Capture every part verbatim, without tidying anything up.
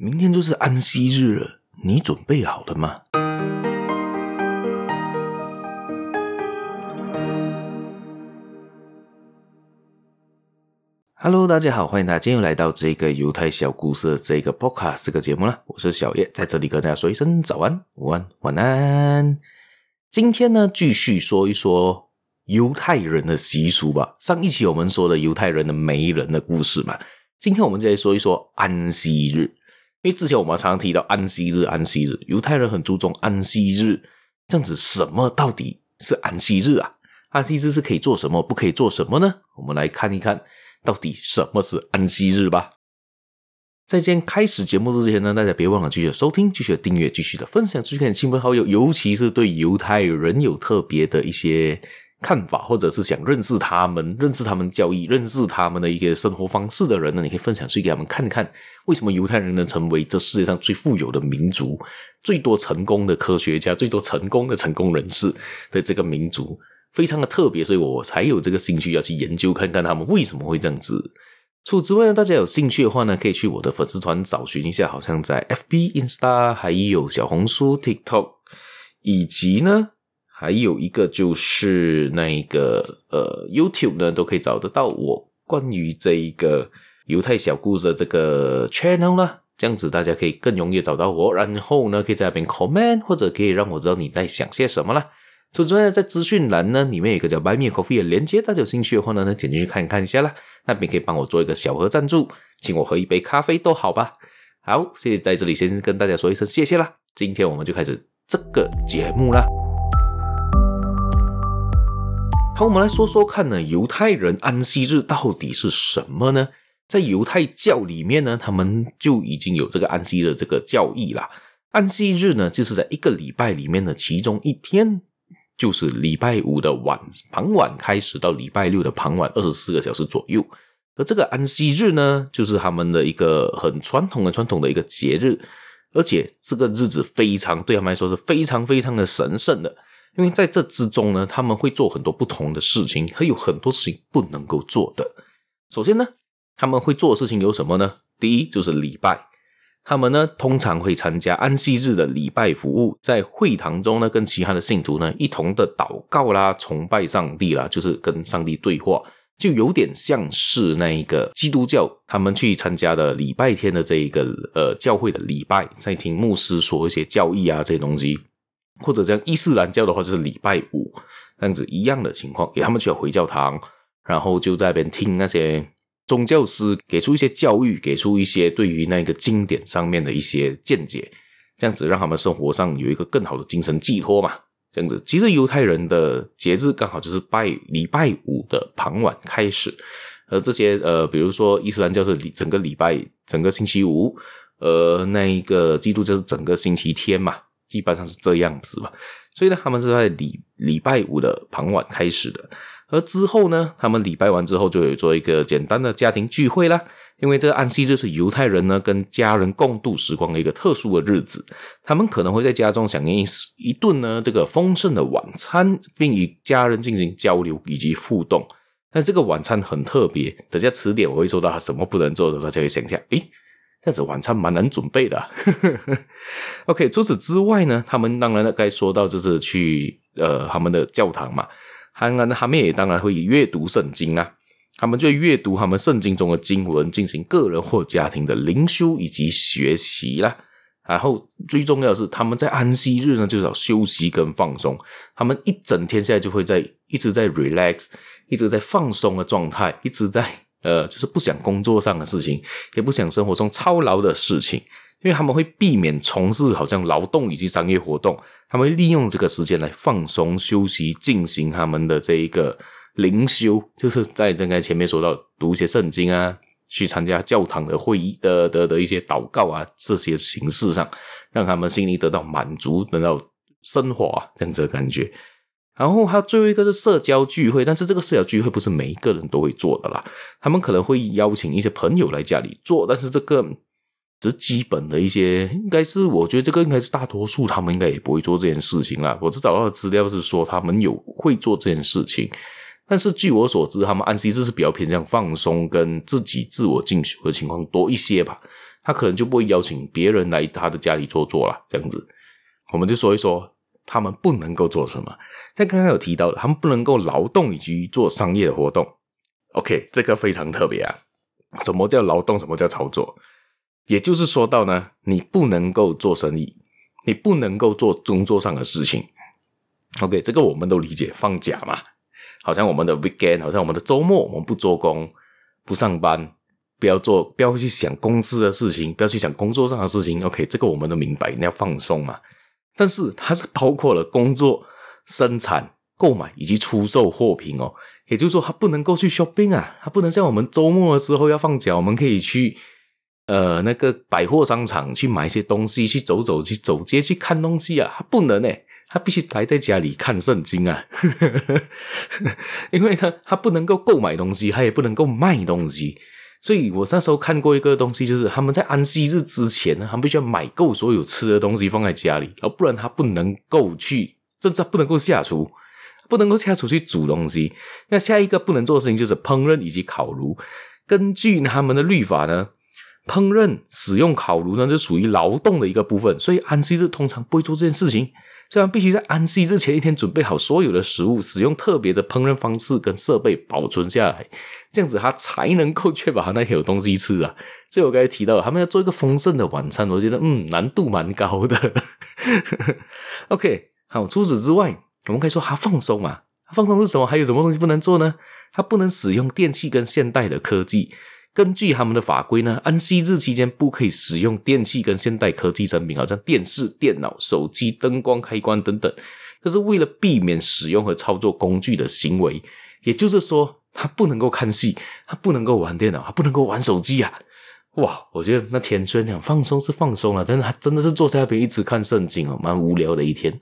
明天就是安息日了，你准备好了吗？Hello， 大家好，欢迎大家今天又来到这个犹太小故事的这个 podcast 这个节目啦，我是小叶，在这里跟大家说一声早安、午安、晚安。今天呢，继续说一说犹太人的习俗吧。上一期我们说的犹太人的媒人的故事嘛，今天我们就来说一说安息日。因为之前我们常常提到安息日，安息日，犹太人很注重安息日，这样子什么到底是安息日啊？安息日是可以做什么，不可以做什么呢？我们来看一看到底什么是安息日吧。在今天开始节目之前呢，大家别忘了继续的收听，继续的订阅，继续的分享出去给亲朋好友，尤其是对犹太人有特别的一些看法，或者是想认识他们，认识他们教义，认识他们的一个生活方式的人呢，你可以分享出去给他们看看，为什么犹太人能成为这世界上最富有的民族，最多成功的科学家，最多成功的成功人士的这个民族，非常的特别，所以我才有这个兴趣要去研究看看他们为什么会这样子。除此之外呢，大家有兴趣的话呢，可以去我的粉丝团找寻一下，好像在 F B、Insta 还有小红书、TikTok， 以及呢还有一个就是那个呃 YouTube 呢，都可以找得到我关于这一个犹太小故事的这个 channel 啦，这样子大家可以更容易找到我，然后呢可以在那边 comment， 或者可以让我知道你在想些什么啦。除此之外，在资讯栏呢里面有一个叫 Buy Me a Coffee 的连结，大家有兴趣的话呢点进去看看一下啦，那边可以帮我做一个小额赞助，请我喝一杯咖啡都好吧。好，谢谢，在这里先跟大家说一声谢谢啦，今天我们就开始这个节目啦。好，我们来说说看呢，犹太人安息日到底是什么呢？在犹太教里面呢，他们就已经有这个安息日这个教义啦。安息日呢，就是在一个礼拜里面的其中一天，就是礼拜五的晚傍晚开始到礼拜六的傍晚二十四个小时左右。而这个安息日呢，就是他们的一个很传统的传统的一个节日，而且这个日子非常对他们来说是非常非常的神圣的。因为在这之中呢，他们会做很多不同的事情，还有很多事情不能够做的。首先呢，他们会做的事情有什么呢？第一就是礼拜，他们呢通常会参加安息日的礼拜服务，在会堂中呢跟其他的信徒呢一同的祷告啦，崇拜上帝啦，就是跟上帝对话，就有点像是那一个基督教他们去参加的礼拜天的这一个呃教会的礼拜，在听牧师说一些教义啊这些东西。或者像伊斯兰教的话就是礼拜五这样子一样的情况，他们就要回教堂，然后就在那边听那些宗教师给出一些教育，给出一些对于那个经典上面的一些见解，这样子让他们生活上有一个更好的精神寄托嘛。这样子，其实犹太人的节日刚好就是拜礼拜五的傍晚开始，而这些呃，比如说伊斯兰教是整个礼拜整个星期五，呃，那一个基督教是整个星期天嘛。基本上是这样子嘛，所以呢，他们是在礼礼拜五的傍晚开始的，而之后呢，他们礼拜完之后就有做一个简单的家庭聚会啦。因为这个安息日是犹太人呢跟家人共度时光的一个特殊的日子，他们可能会在家中享用一顿呢这个丰盛的晚餐，并与家人进行交流以及互动。但这个晚餐很特别，等下词典我会说到它什么不能做的，大家会想一下，诶。这样子晚餐蛮难准备的、啊、OK， 除此之外呢，他们当然该说到就是去呃他们的教堂嘛，他们他们也当然会阅读圣经啊，他们就阅读他们圣经中的经文，进行个人或家庭的灵修以及学习啦。然后最重要的是，他们在安息日呢就是要休息跟放松，他们一整天现在就会在一直在 relax， 一直在放松的状态，一直在呃，就是不想工作上的事情，也不想生活中操劳的事情，因为他们会避免从事好像劳动以及商业活动，他们会利用这个时间来放松休息，进行他们的这一个灵修，就是在刚才前面说到读一些圣经啊，去参加教堂的会议的的的一些祷告啊，这些形式上让他们心里得到满足，得到升华这样子的感觉。然后还有最后一个是社交聚会，但是这个社交聚会不是每一个人都会做的啦，他们可能会邀请一些朋友来家里做，但是这个只是基本的一些，应该是我觉得这个应该是大多数他们应该也不会做这件事情啦。我只找到的资料是说他们有会做这件事情， 但是据我所知，他们安息日是比较偏向放松跟自己自我进修的情况多一些吧，他可能就不会邀请别人来他的家里坐坐啦，这样子。我们就说一说他们不能够做什么。但刚刚有提到的，他们不能够劳动以及做商业的活动。 OK， 这个非常特别啊。什么叫劳动，什么叫操作？也就是说到呢，你不能够做生意，你不能够做工作上的事情。 OK， 这个我们都理解，放假嘛，好像我们的 weekend， 好像我们的周末，我们不做工不上班，不要做，不要去想公司的事情，不要去想工作上的事情。 OK， 这个我们都明白，你要放松嘛。但是它是包括了工作、生产、购买以及出售货品哦。也就是说它不能够去 shopping 啊，它不能像我们周末的时候要放假，我们可以去呃那个百货商场去买一些东西，去走走，去走街去看东西啊，它不能诶，他必须待在家里看圣经啊因为呢他不能够购买东西，他也不能够卖东西。所以我那时候看过一个东西，就是他们在安息日之前呢，他们必须要买够所有吃的东西放在家里，不然他不能够去，甚至不能够下厨，不能够下厨去煮东西。那下一个不能做的事情就是烹饪以及烤炉。根据他们的律法呢，烹饪使用烤炉呢就属于劳动的一个部分，所以安息日通常不会做这件事情。所以他们必须在安息日前一天准备好所有的食物，使用特别的烹饪方式跟设备保存下来，这样子他才能够确保他那天有东西吃啊。所以我刚才提到他们要做一个丰盛的晚餐，我觉得嗯难度蛮高的OK， 好，除此之外我们可以说他放松嘛，他放松是什么？还有什么东西不能做呢？他不能使用电器跟现代的科技。根据他们的法规呢，安息日期间不可以使用电器跟现代科技产品，好像电视、电脑、手机、灯光开关等等，这是为了避免使用和操作工具的行为。也就是说他不能够看戏，他不能够玩电脑，他不能够玩手机啊。哇，我觉得那天虽然讲放松是放松了，但是他真的是坐在那边一直看圣经哦，蛮无聊的一天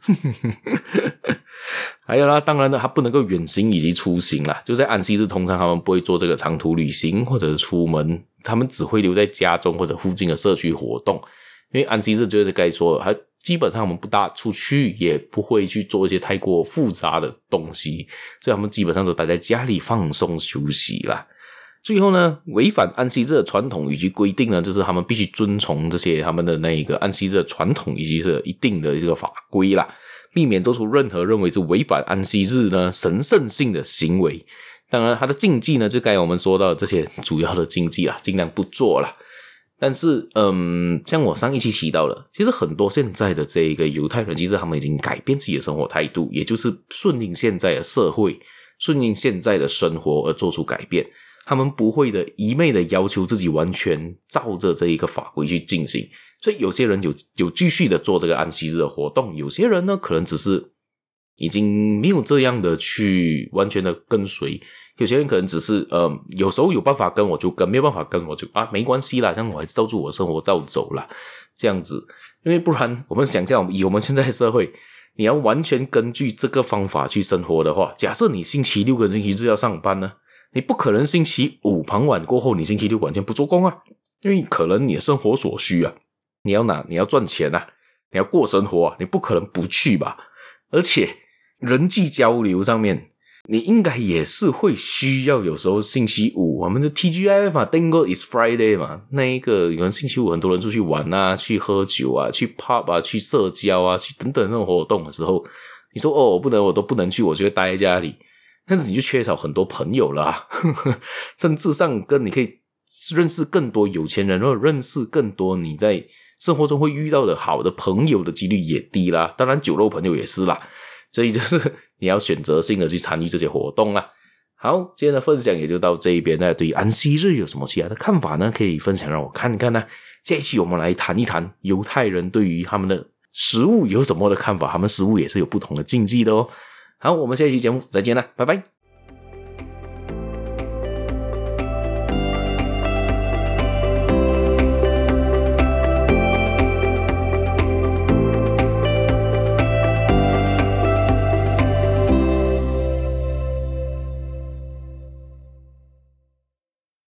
还有啦，当然了，他不能够远行以及出行啦，就在安息日通常他们不会做这个长途旅行或者是出门，他们只会留在家中或者附近的社区活动。因为安息日就是该说他基本上我们不大出去，也不会去做一些太过复杂的东西，所以他们基本上都待在家里放松休息啦。最后呢，违反安息日的传统以及规定呢，就是他们必须遵从这些他们的那个安息日的传统以及是一定的这个法规啦，避免做出任何认为是违反安息日呢神圣性的行为。当然它的禁忌呢，就该我们说到的这些主要的禁忌啦，尽量不做啦。但是嗯，像我上一期提到了，其实很多现在的这个犹太人，其实他们已经改变自己的生活态度，也就是顺应现在的社会，顺应现在的生活而做出改变。他们不会的一昧的要求自己完全照着这一个法规去进行，所以有些人有有继续的做这个安息日的活动，有些人呢可能只是已经没有这样的去完全的跟随，有些人可能只是呃有时候有办法跟我就跟，没有办法跟我就啊没关系啦，这样我还是照住我生活照走啦，这样子。因为不然我们想象以我们现在的社会，你要完全根据这个方法去生活的话，假设你星期六跟星期日要上班呢，你不可能星期五傍晚过后你星期六完全不做工啊，因为可能你的生活所需啊，你要拿你要赚钱啊，你要过生活啊，你不可能不去吧。而且人际交流上面你应该也是会需要，有时候星期五我们的 T G I F 嘛 Tango is Friday 嘛，那一个有人星期五很多人出去玩啊，去喝酒啊，去 pub 啊，去社交啊，去等等那种活动的时候，你说哦不能我都不能去，我就会待在家里，但是你就缺少很多朋友了啊甚至上跟你可以认识更多有钱人，或者认识更多你在生活中会遇到的好的朋友的几率也低啦，当然酒肉朋友也是啦，所以就是你要选择性的去参与这些活动啦。好，今天的分享也就到这一边，大家对于安息日有什么其他的看法呢？可以分享让我看看呢。下一期我们来谈一谈犹太人对于他们的食物有什么的看法，他们食物也是有不同的禁忌的哦。好，我们下一期节目再见啦，拜拜。